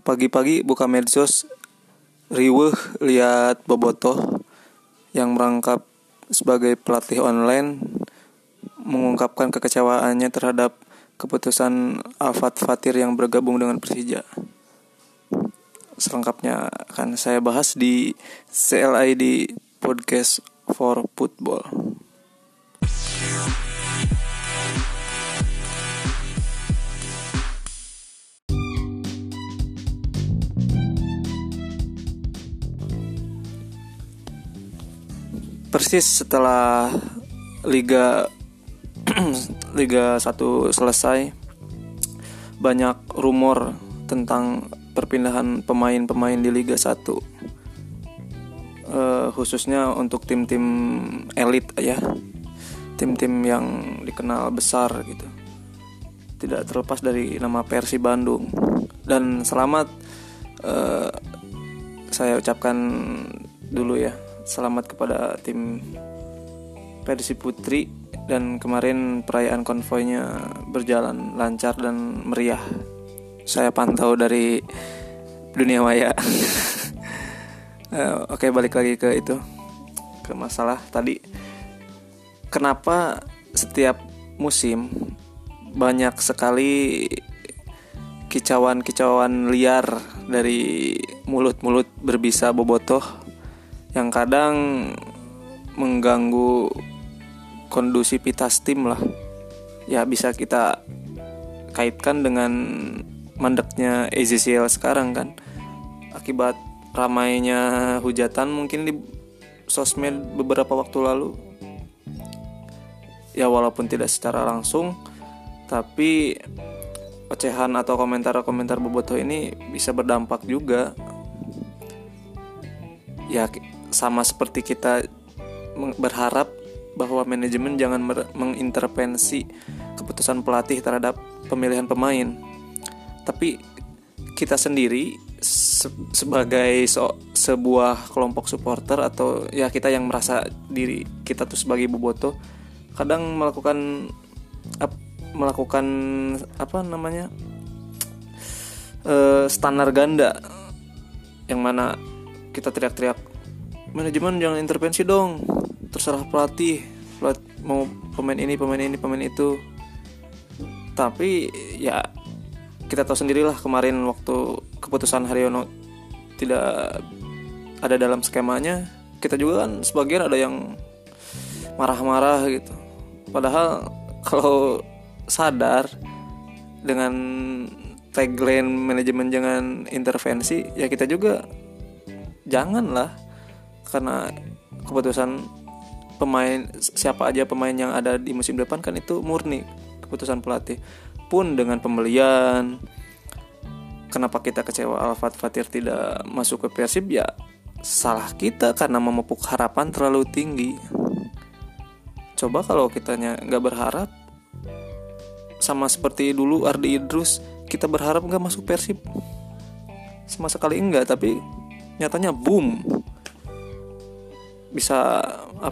Pagi-pagi buka medsos, riweuh lihat bobotoh yang merangkap sebagai pelatih online mengungkapkan kekecewaannya terhadap keputusan Alfat Fatir yang bergabung dengan Persija. Selengkapnya akan saya bahas di CLID Podcast for Football. Persis setelah Liga 1 selesai, banyak rumor tentang perpindahan pemain-pemain di Liga 1, khususnya untuk tim-tim elit ya, tim-tim yang dikenal besar gitu. Tidak terlepas dari nama Persib Bandung. Dan selamat, saya ucapkan dulu ya, selamat kepada tim Persib Putri, dan kemarin perayaan konvoynya berjalan lancar dan meriah. Saya pantau dari dunia maya. Oke, balik lagi ke masalah tadi. Kenapa setiap musim banyak sekali kicauan liar dari mulut-mulut berbisa bobotoh yang kadang mengganggu kondusivitas tim lah. Ya, bisa kita kaitkan dengan mandeknya EZCL sekarang kan, akibat ramainya hujatan mungkin di sosmed beberapa waktu lalu. Ya, walaupun tidak secara langsung, tapi ocehan atau komentar-komentar bobotoh ini bisa berdampak juga. Ya, sama seperti kita berharap bahwa manajemen jangan mengintervensi keputusan pelatih terhadap pemilihan pemain. Tapi kita sendiri sebagai sebuah kelompok supporter, atau ya kita yang merasa diri kita tuh sebagai bobotoh, kadang melakukan standar ganda, yang mana kita teriak-teriak, manajemen jangan intervensi dong, terserah pelatih mau pemain ini, pemain itu. Tapi ya kita tahu sendirilah kemarin waktu keputusan Haryono tidak ada dalam skemanya, kita juga kan sebagian ada yang marah-marah gitu. Padahal kalau sadar dengan tagline manajemen jangan intervensi, ya kita juga janganlah, karena keputusan pemain, siapa aja pemain yang ada di musim depan kan itu murni keputusan pelatih. Pun dengan pembelian, kenapa kita kecewa Alfat Fatir tidak masuk ke Persib, ya salah kita karena memupuk harapan terlalu tinggi. Coba kalau kitanya gak berharap, sama seperti dulu Ardi Idrus, kita berharap gak masuk Persib, sama sekali enggak, tapi nyatanya boom, bisa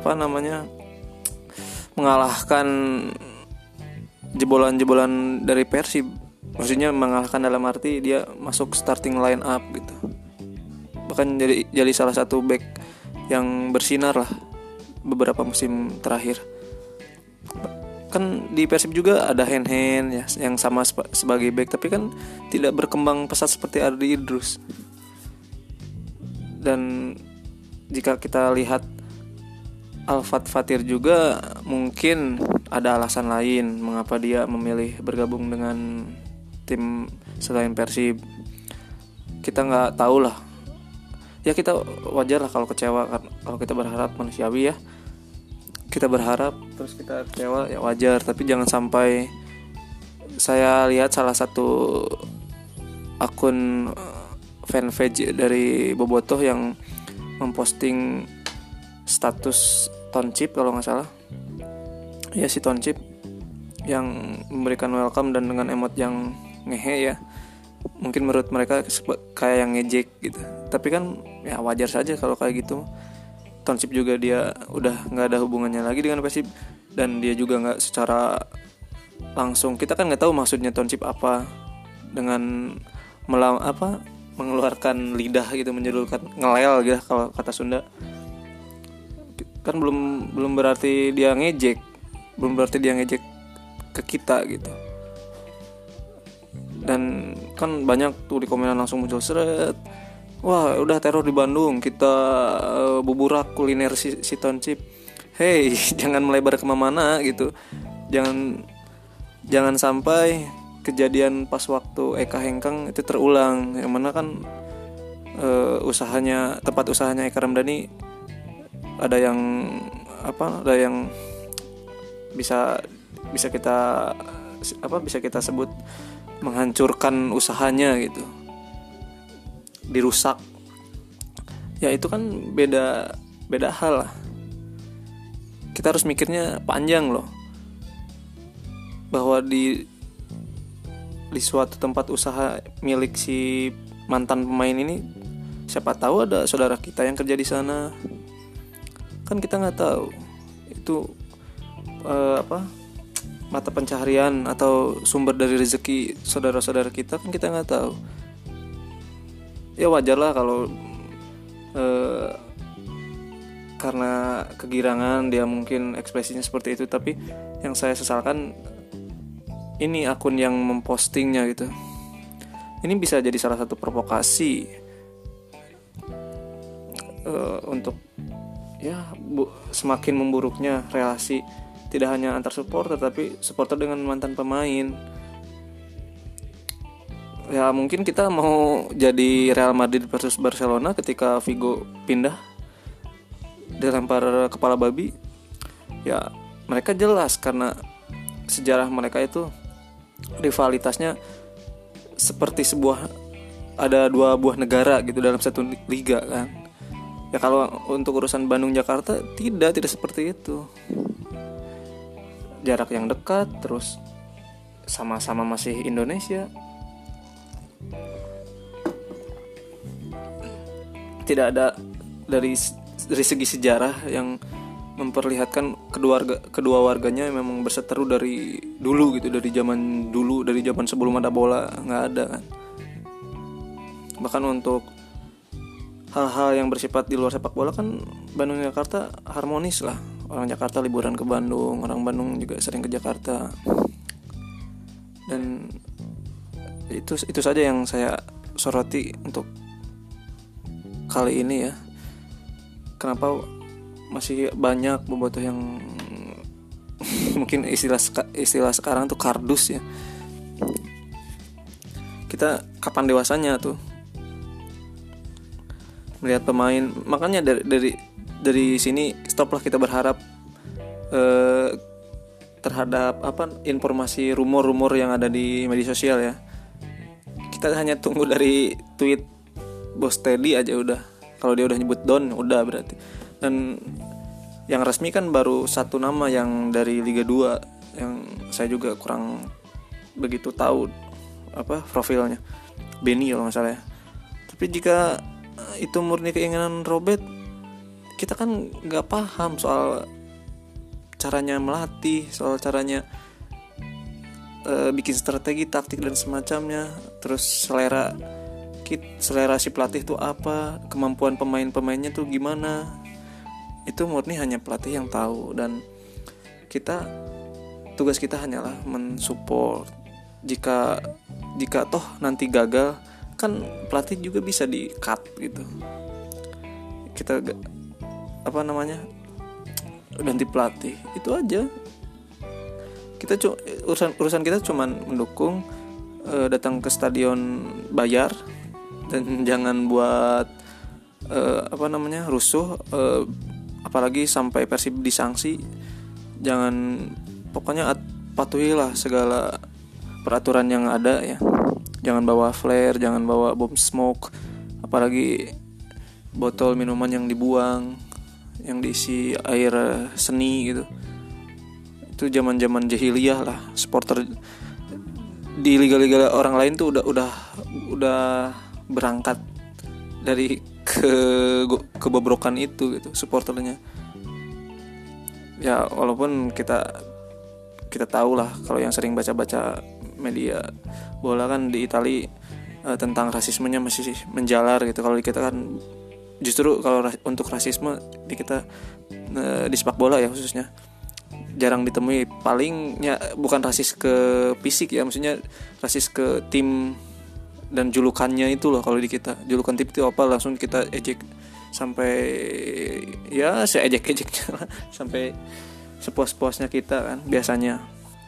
mengalahkan jebolan-jebolan dari Persib. Maksudnya mengalahkan dalam arti dia masuk starting line up gitu, bahkan jadi salah satu back yang bersinar lah beberapa musim terakhir. Kan di Persib juga ada Hen ya, yang sama sebagai back, tapi kan tidak berkembang pesat seperti Ardi Idrus. Dan jika kita lihat Alfat Fatir juga, mungkin ada alasan lain mengapa dia memilih bergabung dengan tim selain Persib. Kita nggak tahu lah. Ya kita wajar lah kalau kecewa, kalau kita berharap, manusiawi ya. Kita berharap terus kita kecewa, ya wajar. Tapi jangan sampai, saya lihat salah satu akun fanpage dari bobotoh yang memposting status Tonchip kalau nggak salah. Ya, si Tonchip yang memberikan welcome dan dengan emot yang ngehe ya. Mungkin menurut mereka kayak yang ngejek gitu. Tapi kan ya wajar saja kalau kayak gitu. Tonchip juga dia udah nggak ada hubungannya lagi dengan Persib, dan dia juga nggak secara langsung, kita kan nggak tahu maksudnya Tonchip apa dengan mengeluarkan lidah gitu, menjulurkan ngelel gitu kalau kata Sunda. Kan belum berarti dia ngejek, belum berarti dia ngejek ke kita gitu. Dan kan banyak tuh di komenan langsung muncul seret, wah udah teror di Bandung, kita buburak kuliner si Toncip. Hey jangan melebar kemana-mana gitu, jangan sampai kejadian pas waktu Eka Hengkang itu terulang, yang mana kan tempat usahanya Eka Ramdhani ada yang bisa kita sebut menghancurkan usahanya gitu, dirusak. Ya itu kan beda hal lah. Kita harus mikirnya panjang loh, bahwa di suatu tempat usaha milik si mantan pemain ini, siapa tahu ada saudara kita yang kerja di sana, kan kita nggak tahu itu mata pencaharian atau sumber dari rezeki saudara-saudara kita, kan kita nggak tahu. Ya wajar lah kalau karena kegirangan dia mungkin ekspresinya seperti itu, tapi yang saya sesalkan ini akun yang mempostingnya gitu. Ini bisa jadi salah satu provokasi untuk semakin memburuknya relasi tidak hanya antar supporter, tapi supporter dengan mantan pemain. Ya mungkin kita mau jadi Real Madrid versus Barcelona ketika Figo pindah dilempar kepala babi. Ya mereka jelas karena sejarah mereka itu rivalitasnya seperti ada dua buah negara gitu dalam satu liga kan. Ya kalau untuk urusan Bandung Jakarta tidak seperti itu. Jarak yang dekat, terus sama-sama masih Indonesia. Tidak ada dari segi sejarah yang memperlihatkan kedua warganya memang berseteru dari dulu gitu, dari zaman sebelum ada bola, nggak ada kan. Bahkan untuk hal-hal yang bersifat di luar sepak bola kan Bandung Jakarta harmonis lah. Orang Jakarta liburan ke Bandung, orang Bandung juga sering ke Jakarta. Dan itu saja yang saya soroti untuk kali ini ya. Kenapa masih banyak bobotoh yang mungkin istilah sekarang tuh kardus ya. Kita kapan dewasanya tuh melihat pemain. Makanya dari sini stoplah kita berharap terhadap informasi rumor-rumor yang ada di media sosial ya. Kita hanya tunggu dari tweet Bos Teddy aja udah. Kalau dia udah nyebut Don udah berarti. Dan yang resmi kan baru satu nama yang dari Liga 2 yang saya juga kurang begitu tahu profilnya, Benny kalau nggak salah ya. Tapi jika itu murni keinginan Robert, kita kan nggak paham soal caranya melatih, soal caranya bikin strategi, taktik dan semacamnya. Terus selera si pelatih itu apa, kemampuan pemain-pemainnya tuh gimana. Itu murni hanya pelatih yang tahu, dan tugas kita hanyalah mensupport. Jika toh nanti gagal, kan pelatih juga bisa di cut gitu. Kita ganti pelatih, itu aja. Urusan kita cuman mendukung, datang ke stadion bayar, dan jangan buat rusuh, apalagi sampai Persib disanksi. Pokoknya patuhilah segala peraturan yang ada ya. Jangan bawa flare, jangan bawa bom smoke, apalagi botol minuman yang dibuang, yang diisi air seni gitu. Itu zaman-zaman jahiliyah lah. Supporter di liga-liga orang lain tuh udah berangkat dari kebobrokan itu gitu supporternya. Ya walaupun kita tahu lah, kalau yang sering baca-baca media bola kan di Italia tentang rasismenya masih menjalar gitu. Kalau di kita kan justru kalau untuk rasisme di kita di sepak bola ya khususnya jarang ditemui. Palingnya bukan rasis ke fisik ya, maksudnya rasis ke tim dan julukannya itu loh. Kalau di kita julukan tim itu apa langsung kita ejek sampai ya seejek-ejeknya lah, sampai sepuas-puasnya kita kan biasanya.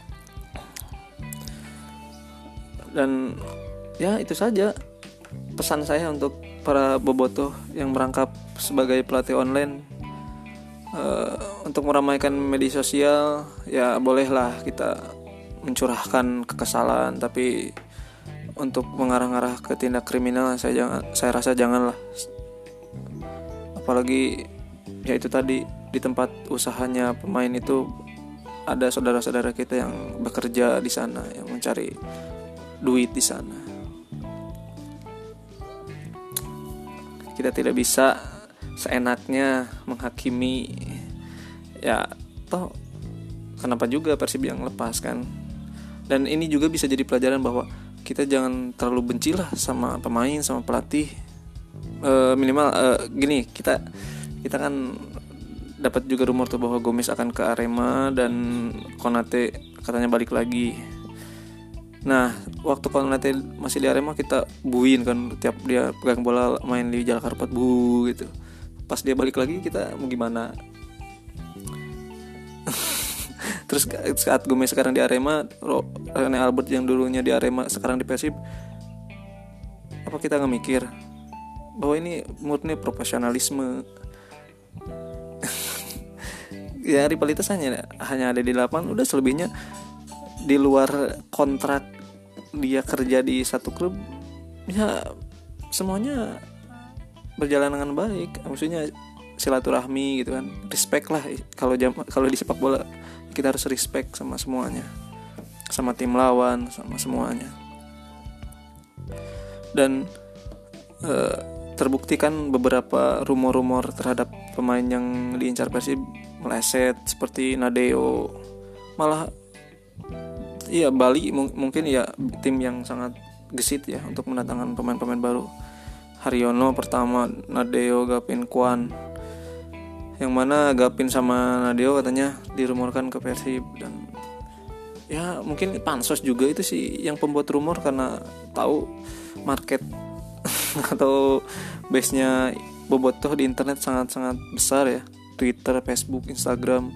Dan ya itu saja pesan saya untuk para bobotoh yang merangkap sebagai pelatih online. Untuk meramaikan media sosial ya bolehlah kita mencurahkan kekesalan, tapi untuk mengarah-arah ke tindak kriminal saya rasa janganlah. Apalagi ya itu tadi, di tempat usahanya pemain itu ada saudara-saudara kita yang bekerja di sana, yang mencari duit di sana. Kita tidak bisa seenaknya menghakimi. Ya toh kenapa juga Persib yang lepas kan. Dan ini juga bisa jadi pelajaran bahwa kita jangan terlalu benci lah sama pemain, sama pelatih. Minimal gini, kita kan dapat juga rumor tuh bahwa Gomez akan ke Arema dan Konate katanya balik lagi. Nah, waktu Konate masih di Arema kita buin kan, tiap dia pegang bola main di Jakarta bu gitu. Pas dia balik lagi kita mau gimana? Terus saat Gomez sekarang di Arema, Rene Albert yang dulunya di Arema sekarang di Persib, apa kita nggak mikir bahwa ini murni profesionalisme? Ya rivalitas hanya ada di lapangan, udah selebihnya di luar kontrak dia kerja di satu klub ya semuanya berjalan dengan baik. Maksudnya silaturahmi gitu kan, respect lah. Kalau di sepak bola kita harus respect sama semuanya, sama tim lawan, sama semuanya. Dan terbukti kan beberapa rumor-rumor terhadap pemain yang diincar Persib meleset, seperti Nadeo. Malah iya Bali mungkin ya tim yang sangat gesit ya untuk mendatangkan pemain-pemain baru. Haryono pertama, Nadeo, Gapin, Kwan. Yang mana Gapin sama Nadeo katanya dirumorkan ke Persib. Dan ya mungkin pansos juga itu sih yang pembuat rumor, karena tahu market atau base-nya bobotoh di internet sangat-sangat besar ya. Twitter, Facebook, Instagram,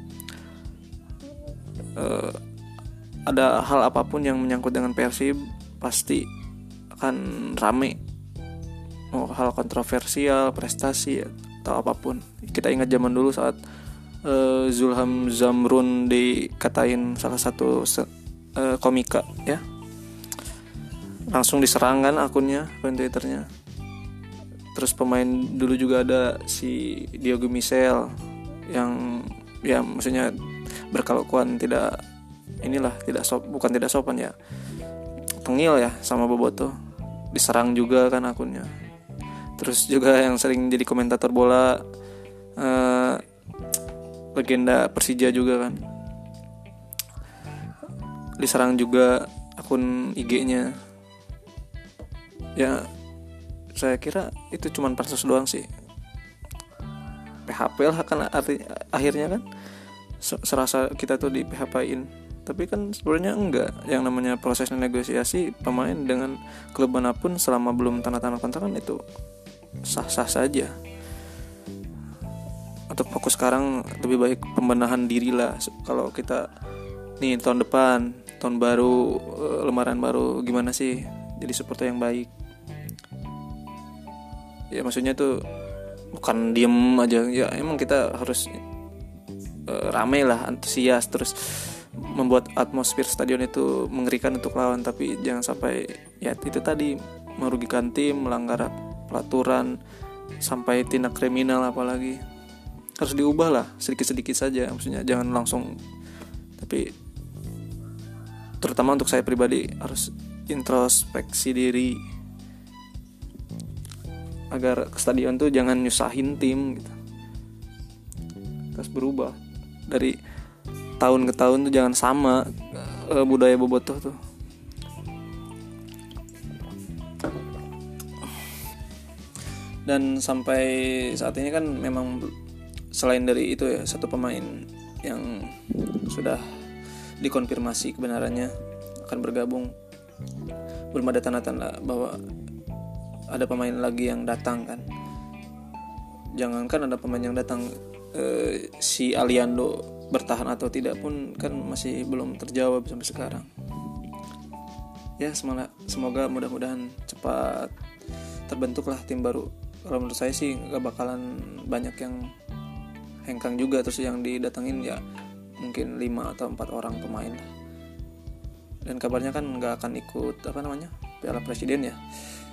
ada hal apapun yang menyangkut dengan Persib pasti akan rame. Mau hal kontroversial, prestasi atau apapun. Kita ingat zaman dulu saat Zulham Zamrun dikatain salah satu komika ya, langsung diserang kan akunnya, akun Twitternya. Terus pemain dulu juga ada si Diogo Michel yang ya maksudnya berkelakuan tidak bukan tidak sopan ya, tengil ya sama bobotoh, diserang juga kan akunnya. Terus juga yang sering jadi komentator bola, legenda Persija juga kan, diserang juga akun IG-nya. Ya saya kira itu cuman pansus doang sih, PHP lah kan akhirnya kan, serasa kita tuh di PHP-in. Tapi kan sebenarnya enggak. Yang namanya proses negosiasi pemain dengan klub manapun selama belum tanda tangan kontrak kan itu sah-sah saja. Untuk fokus sekarang lebih baik pembenahan diri lah. Kalau kita nih tahun depan, tahun baru, lembaran baru, gimana sih jadi supporter yang baik. Ya maksudnya tuh bukan diem aja ya, emang kita harus rame lah, antusias, terus membuat atmosfer stadion itu mengerikan untuk lawan. Tapi jangan sampai ya itu tadi merugikan tim, melanggar peraturan, sampai tindak kriminal. Apalagi harus diubah lah sedikit-sedikit saja, maksudnya jangan langsung. Tapi terutama untuk saya pribadi harus introspeksi diri agar ke stadion tuh jangan nyusahin tim gitu. Terus berubah dari tahun ke tahun tuh, jangan sama budaya bobotoh tuh. Dan sampai saat ini kan memang selain dari itu ya, satu pemain yang sudah dikonfirmasi kebenarannya akan bergabung, belum ada tanda-tanda bahwa ada pemain lagi yang datang kan. Jangankan ada pemain yang datang, si Aliando bertahan atau tidak pun kan masih belum terjawab sampai sekarang. Ya semoga mudah-mudahan cepat terbentuklah tim baru. Kalau menurut saya sih gak bakalan banyak yang hengkang juga, terus yang didatengin ya mungkin 5 atau 4 orang pemain lah. Dan kabarnya kan gak akan ikut Piala Presiden ya,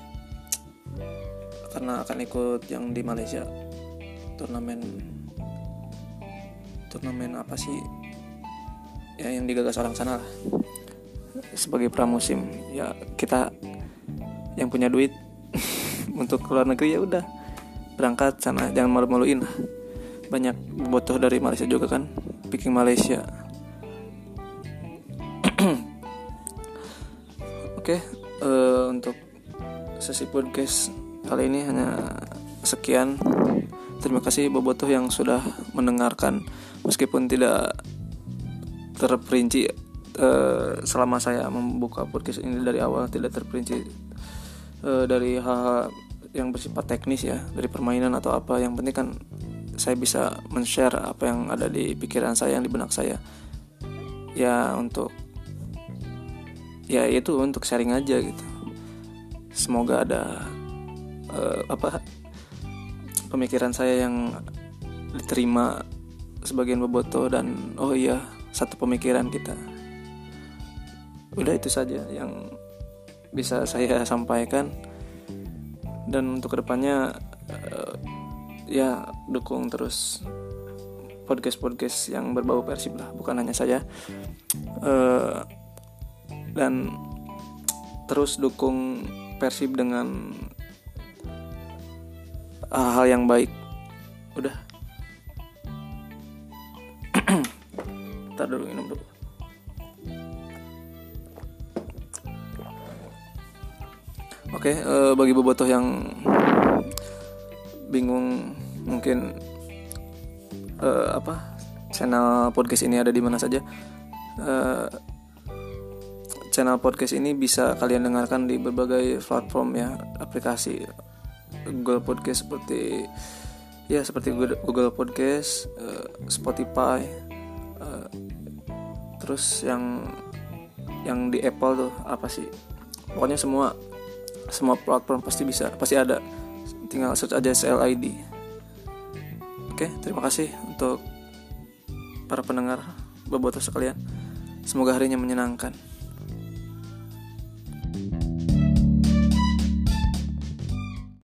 karena akan ikut yang di Malaysia, turnamen apa sih ya yang digagas orang sana lah, sebagai pramusim. Ya kita yang punya duit untuk keluar negeri ya udah berangkat sana, jangan malu-maluin lah. Banyak bobotoh dari Malaysia juga kan, picking Malaysia. Oke, untuk sesi podcast kali ini hanya sekian. Terima kasih bobotoh yang sudah mendengarkan, meskipun tidak terperinci selama saya membuka podcast ini dari awal, tidak terperinci dari hal yang bersifat teknis ya, dari permainan atau apa. Yang penting kan saya bisa men-share apa yang ada di pikiran saya, yang di benak saya. Ya untuk sharing aja gitu. Semoga ada pemikiran saya yang diterima sebagian bobotoh, dan oh iya, satu pemikiran kita. Udah itu saja yang bisa saya sampaikan. Dan untuk kedepannya ya dukung terus podcast yang berbau Persib lah, bukan hanya saya. Dan terus dukung Persib dengan hal yang baik. Udah. Ntar dulu minum dulu. Oke, bagi bobotoh yang bingung mungkin channel podcast ini ada di mana saja. Channel podcast ini bisa kalian dengarkan di berbagai platform ya, aplikasi Google Podcast seperti Google Podcast, Spotify, terus yang di Apple tuh apa sih? Pokoknya semua platform pasti ada. Tinggal search aja CLID. Oke, terima kasih untuk para pendengar bobotoh sekalian. Semoga harinya menyenangkan.